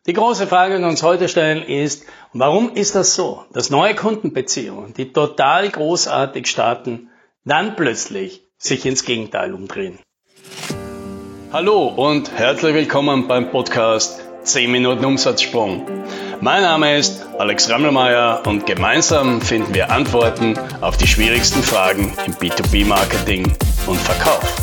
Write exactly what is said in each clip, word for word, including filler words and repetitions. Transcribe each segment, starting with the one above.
Die große Frage, die wir uns heute stellen, ist, warum ist das so, dass neue Kundenbeziehungen, die total großartig starten, dann plötzlich sich ins Gegenteil umdrehen? Hallo und herzlich willkommen beim Podcast zehn Minuten Umsatzsprung. Mein Name ist Alex Rammelmeier und gemeinsam finden wir Antworten auf die schwierigsten Fragen im B zwei B Marketing und Verkauf.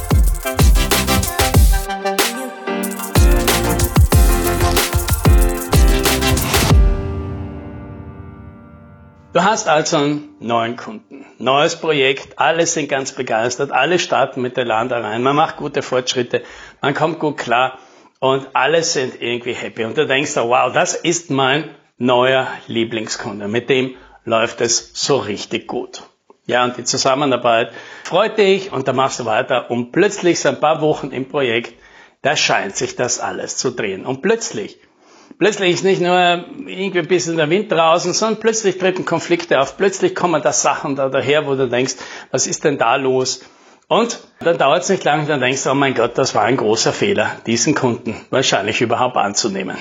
Du hast also einen neuen Kunden, neues Projekt, alle sind ganz begeistert, alle starten mit der Elan rein, man macht gute Fortschritte, man kommt gut klar und alle sind irgendwie happy. Und du denkst, wow, das ist mein neuer Lieblingskunde, mit dem läuft es so richtig gut. Ja, und die Zusammenarbeit freut dich und dann machst du weiter und plötzlich so ein paar Wochen im Projekt, da scheint sich das alles zu drehen. Und plötzlich Plötzlich ist nicht nur irgendwie ein bisschen der Wind draußen, sondern plötzlich treten Konflikte auf. Plötzlich kommen da Sachen da daher, wo du denkst, was ist denn da los? Und dann dauert es nicht lange, dann denkst du, oh mein Gott, das war ein großer Fehler, diesen Kunden wahrscheinlich überhaupt anzunehmen.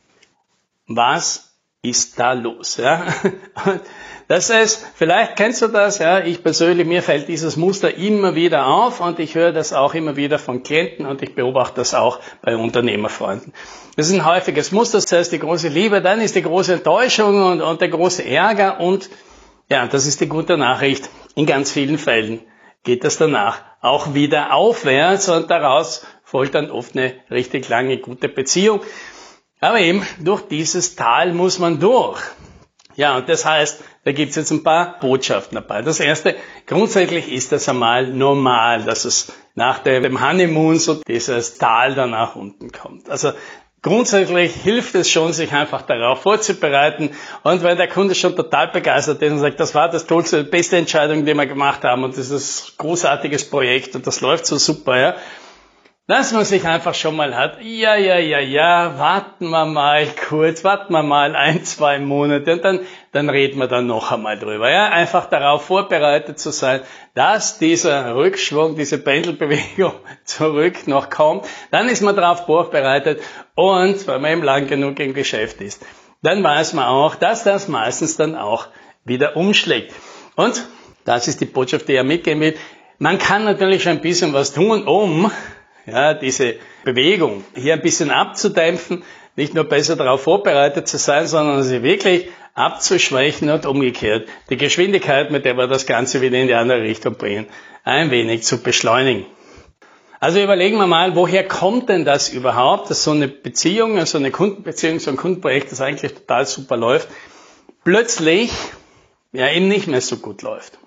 Was ist da los? Ja? Und das ist, vielleicht kennst du das, ja, ich persönlich, mir fällt dieses Muster immer wieder auf und ich höre das auch immer wieder von Klienten und ich beobachte das auch bei Unternehmerfreunden. Das ist ein häufiges Muster, das heißt die große Liebe, dann ist die große Enttäuschung und, und der große Ärger und ja, das ist die gute Nachricht. In ganz vielen Fällen geht das danach auch wieder aufwärts und daraus folgt dann oft eine richtig lange gute Beziehung. Aber eben durch dieses Tal muss man durch. Ja, und das heißt, da gibt's jetzt ein paar Botschaften dabei. Das erste, grundsätzlich ist das einmal normal, dass es nach dem Honeymoon so dieses Tal da nach unten kommt. Also grundsätzlich hilft es schon, sich einfach darauf vorzubereiten. Und wenn der Kunde schon total begeistert ist und sagt, das war das tollste, beste Entscheidung, die wir gemacht haben und das ist ein großartiges Projekt und das läuft so super, ja, dass man sich einfach schon mal hat, ja, ja, ja, ja, warten wir mal kurz, warten wir mal ein, zwei Monate und dann, dann reden wir dann noch einmal drüber. Ja, einfach darauf vorbereitet zu sein, dass dieser Rückschwung, diese Pendelbewegung zurück noch kommt. Dann ist man darauf vorbereitet und wenn man eben lang genug im Geschäft ist, dann weiß man auch, dass das meistens dann auch wieder umschlägt. Und das ist die Botschaft, die er mitgeben will. Man kann natürlich schon ein bisschen was tun, um ja, diese Bewegung hier ein bisschen abzudämpfen, nicht nur besser darauf vorbereitet zu sein, sondern sie wirklich abzuschwächen und umgekehrt die Geschwindigkeit, mit der wir das Ganze wieder in die andere Richtung bringen, ein wenig zu beschleunigen. Also überlegen wir mal, woher kommt denn das überhaupt, dass so eine Beziehung, so eine Kundenbeziehung, so ein Kundenprojekt, das eigentlich total super läuft, plötzlich ja eben nicht mehr so gut läuft.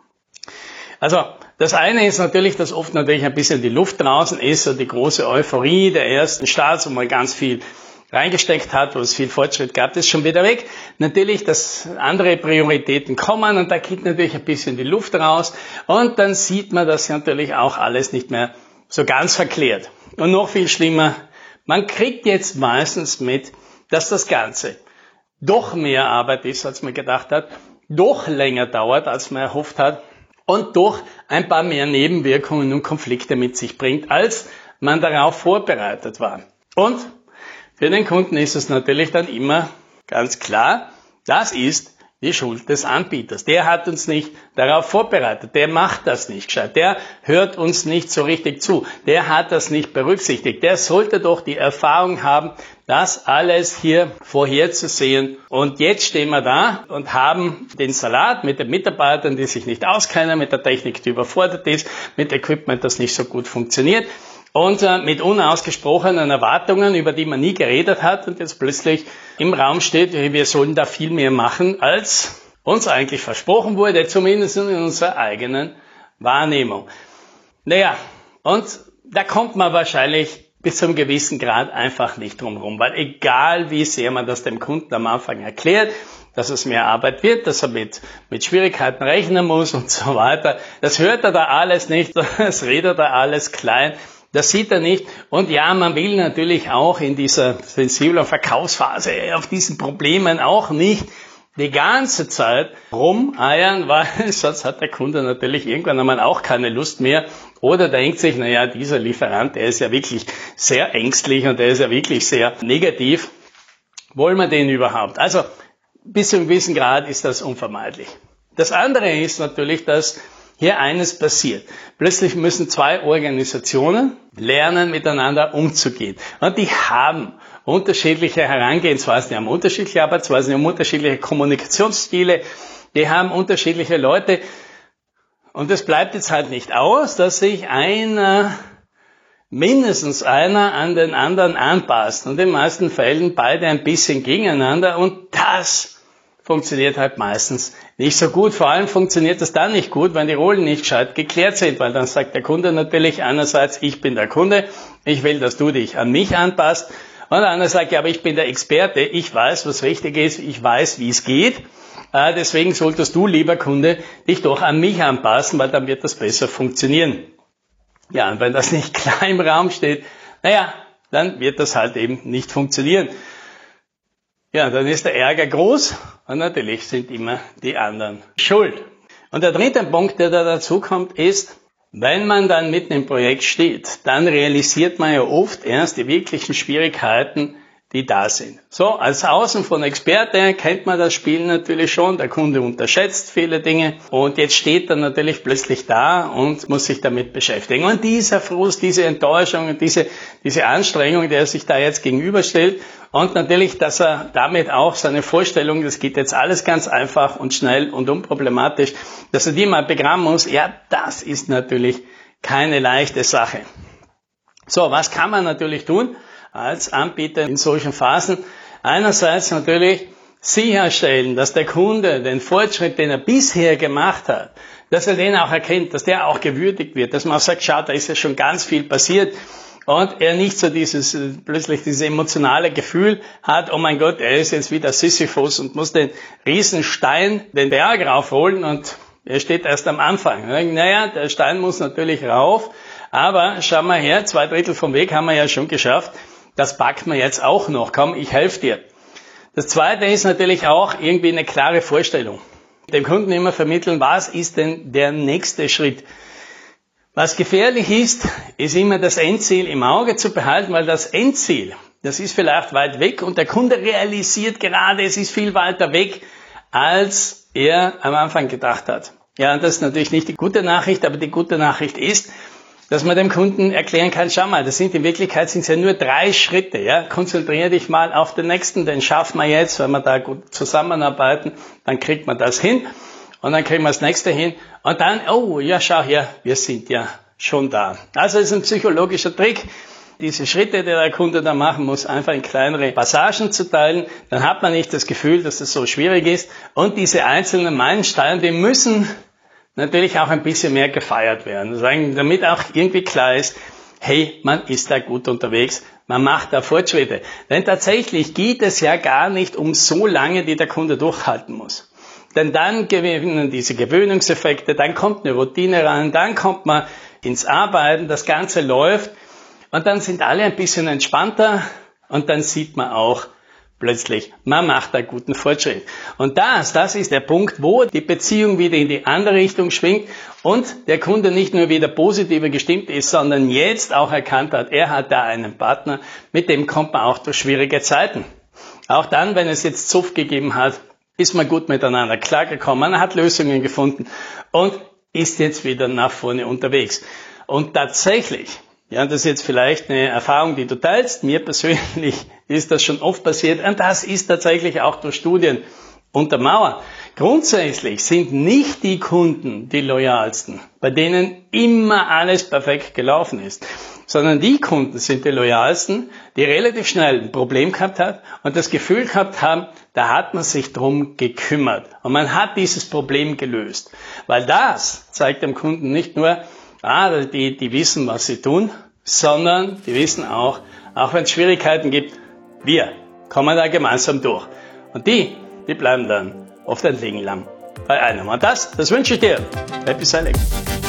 Also das eine ist natürlich, dass oft natürlich ein bisschen die Luft draußen ist und die große Euphorie der ersten Starts, wo man ganz viel reingesteckt hat, wo es viel Fortschritt gab, ist schon wieder weg. Natürlich, dass andere Prioritäten kommen und da geht natürlich ein bisschen die Luft raus und dann sieht man das natürlich auch alles nicht mehr so ganz verklärt. Und noch viel schlimmer, man kriegt jetzt meistens mit, dass das Ganze doch mehr Arbeit ist, als man gedacht hat, doch länger dauert, als man erhofft hat, und doch ein paar mehr Nebenwirkungen und Konflikte mit sich bringt, als man darauf vorbereitet war. Und für den Kunden ist es natürlich dann immer ganz klar, das ist die Schuld des Anbieters. Der hat uns nicht darauf vorbereitet, der macht das nicht gescheit, der hört uns nicht so richtig zu, der hat das nicht berücksichtigt, der sollte doch die Erfahrung haben, das alles hier vorherzusehen. Und jetzt stehen wir da und haben den Salat mit den Mitarbeitern, die sich nicht auskennen, mit der Technik, die überfordert ist, mit Equipment, das nicht so gut funktioniert und äh, mit unausgesprochenen Erwartungen, über die man nie geredet hat und jetzt plötzlich im Raum steht, wir sollen da viel mehr machen, als uns eigentlich versprochen wurde, zumindest in unserer eigenen Wahrnehmung. Naja, und da kommt man wahrscheinlich bis zu einem gewissen Grad einfach nicht drum herum, weil egal wie sehr man das dem Kunden am Anfang erklärt, dass es mehr Arbeit wird, dass er mit, mit Schwierigkeiten rechnen muss und so weiter, das hört er da alles nicht, das redet er alles klein, das sieht er nicht. Und ja, man will natürlich auch in dieser sensiblen Verkaufsphase auf diesen Problemen auch nicht die ganze Zeit rumeiern, weil sonst hat der Kunde natürlich irgendwann einmal auch keine Lust mehr oder denkt sich, naja, dieser Lieferant, der ist ja wirklich sehr ängstlich und der ist ja wirklich sehr negativ. wollen wir den überhaupt? Also bis zu einem gewissen Grad ist das unvermeidlich. Das andere ist natürlich, dass hier eines passiert. Plötzlich müssen zwei Organisationen lernen, miteinander umzugehen. Und die haben unterschiedliche Herangehensweisen, die haben unterschiedliche Arbeitsweisen, die haben unterschiedliche Kommunikationsstile, die haben unterschiedliche Leute. Und es bleibt jetzt halt nicht aus, dass sich einer, mindestens einer an den anderen anpasst. Und in den meisten Fällen beide ein bisschen gegeneinander. Und das funktioniert halt meistens nicht so gut. Vor allem funktioniert das dann nicht gut, wenn die Rollen nicht gescheit geklärt sind, weil dann sagt der Kunde natürlich einerseits, ich bin der Kunde, ich will, dass du dich an mich anpasst. Und der andere sagt, ja, aber ich bin der Experte, ich weiß, was richtig ist, ich weiß, wie es geht. Äh, deswegen solltest du, lieber Kunde, dich doch an mich anpassen, weil dann wird das besser funktionieren. Ja, und wenn das nicht klar im Raum steht, naja, dann wird das halt eben nicht funktionieren. Ja, dann ist der Ärger groß und natürlich sind immer die anderen schuld. Und der dritte Punkt, der da dazu kommt, ist, wenn man dann mitten im Projekt steht, dann realisiert man ja oft erst die wirklichen Schwierigkeiten, die da sind. So, als Außen von Experte kennt man das Spiel natürlich schon. Der Kunde unterschätzt viele Dinge und jetzt steht er natürlich plötzlich da und muss sich damit beschäftigen. Und dieser Frust, diese Enttäuschung und diese, diese Anstrengung, der sich da jetzt gegenüberstellt und natürlich, dass er damit auch seine Vorstellung, das geht jetzt alles ganz einfach und schnell und unproblematisch, dass er die mal begraben muss, ja, das ist natürlich keine leichte Sache. So, was kann man natürlich tun als Anbieter in solchen Phasen? Einerseits natürlich sicherstellen, dass der Kunde den Fortschritt, den er bisher gemacht hat, dass er den auch erkennt, dass der auch gewürdigt wird, dass man auch sagt, schau, da ist ja schon ganz viel passiert und er nicht so dieses, plötzlich dieses emotionale Gefühl hat, oh mein Gott, er ist jetzt wieder Sisyphus und muss den Riesenstein den Berg raufholen und er steht erst am Anfang. Naja, der Stein muss natürlich rauf, aber schau mal her, zwei Drittel vom Weg haben wir ja schon geschafft. Das packt man jetzt auch noch. Komm, ich helfe dir. Das Zweite ist natürlich auch irgendwie eine klare Vorstellung. Dem Kunden immer vermitteln, was ist denn der nächste Schritt? Was gefährlich ist, ist immer das Endziel im Auge zu behalten, weil das Endziel, das ist vielleicht weit weg und der Kunde realisiert gerade, es ist viel weiter weg, als er am Anfang gedacht hat. Ja, und das ist natürlich nicht die gute Nachricht, aber die gute Nachricht ist, dass man dem Kunden erklären kann, schau mal, das sind in Wirklichkeit sind es ja nur drei Schritte, ja. Konzentriere dich mal auf den nächsten, den schaffen wir jetzt, wenn wir da gut zusammenarbeiten, dann kriegt man das hin und dann kriegen wir das nächste hin und dann, oh, ja, schau her, wir sind ja schon da. Also es ist ein psychologischer Trick, diese Schritte, die der Kunde da machen muss, einfach in kleinere Passagen zu teilen, dann hat man nicht das Gefühl, dass es so schwierig ist und diese einzelnen Meilensteine, die müssen natürlich auch ein bisschen mehr gefeiert werden, damit auch irgendwie klar ist, hey, man ist da gut unterwegs, man macht da Fortschritte. Denn tatsächlich geht es ja gar nicht um so lange, die der Kunde durchhalten muss. Denn dann gewinnen diese Gewöhnungseffekte, dann kommt eine Routine rein, dann kommt man ins Arbeiten, das Ganze läuft und dann sind alle ein bisschen entspannter und dann sieht man auch, plötzlich, man macht einen guten Fortschritt. Und das, das ist der Punkt, wo die Beziehung wieder in die andere Richtung schwingt und der Kunde nicht nur wieder positiver gestimmt ist, sondern jetzt auch erkannt hat, er hat da einen Partner, mit dem kommt man auch durch schwierige Zeiten. Auch dann, wenn es jetzt Zoff gegeben hat, ist man gut miteinander klargekommen, man hat Lösungen gefunden und ist jetzt wieder nach vorne unterwegs. Und tatsächlich, ja, das ist jetzt vielleicht eine Erfahrung, die du teilst. Mir persönlich ist das schon oft passiert und das ist tatsächlich auch durch Studien untermauert. Grundsätzlich sind nicht die Kunden die loyalsten, bei denen immer alles perfekt gelaufen ist, sondern die Kunden sind die loyalsten, die relativ schnell ein Problem gehabt haben und das Gefühl gehabt haben, da hat man sich drum gekümmert und man hat dieses Problem gelöst. Weil das zeigt dem Kunden nicht nur, Ah, die, die wissen, was sie tun, sondern die wissen auch, auch wenn es Schwierigkeiten gibt, wir kommen da gemeinsam durch. Und die, die bleiben dann oft ein Leben lang bei einem. Und das, das wünsche ich dir. Happy Selling.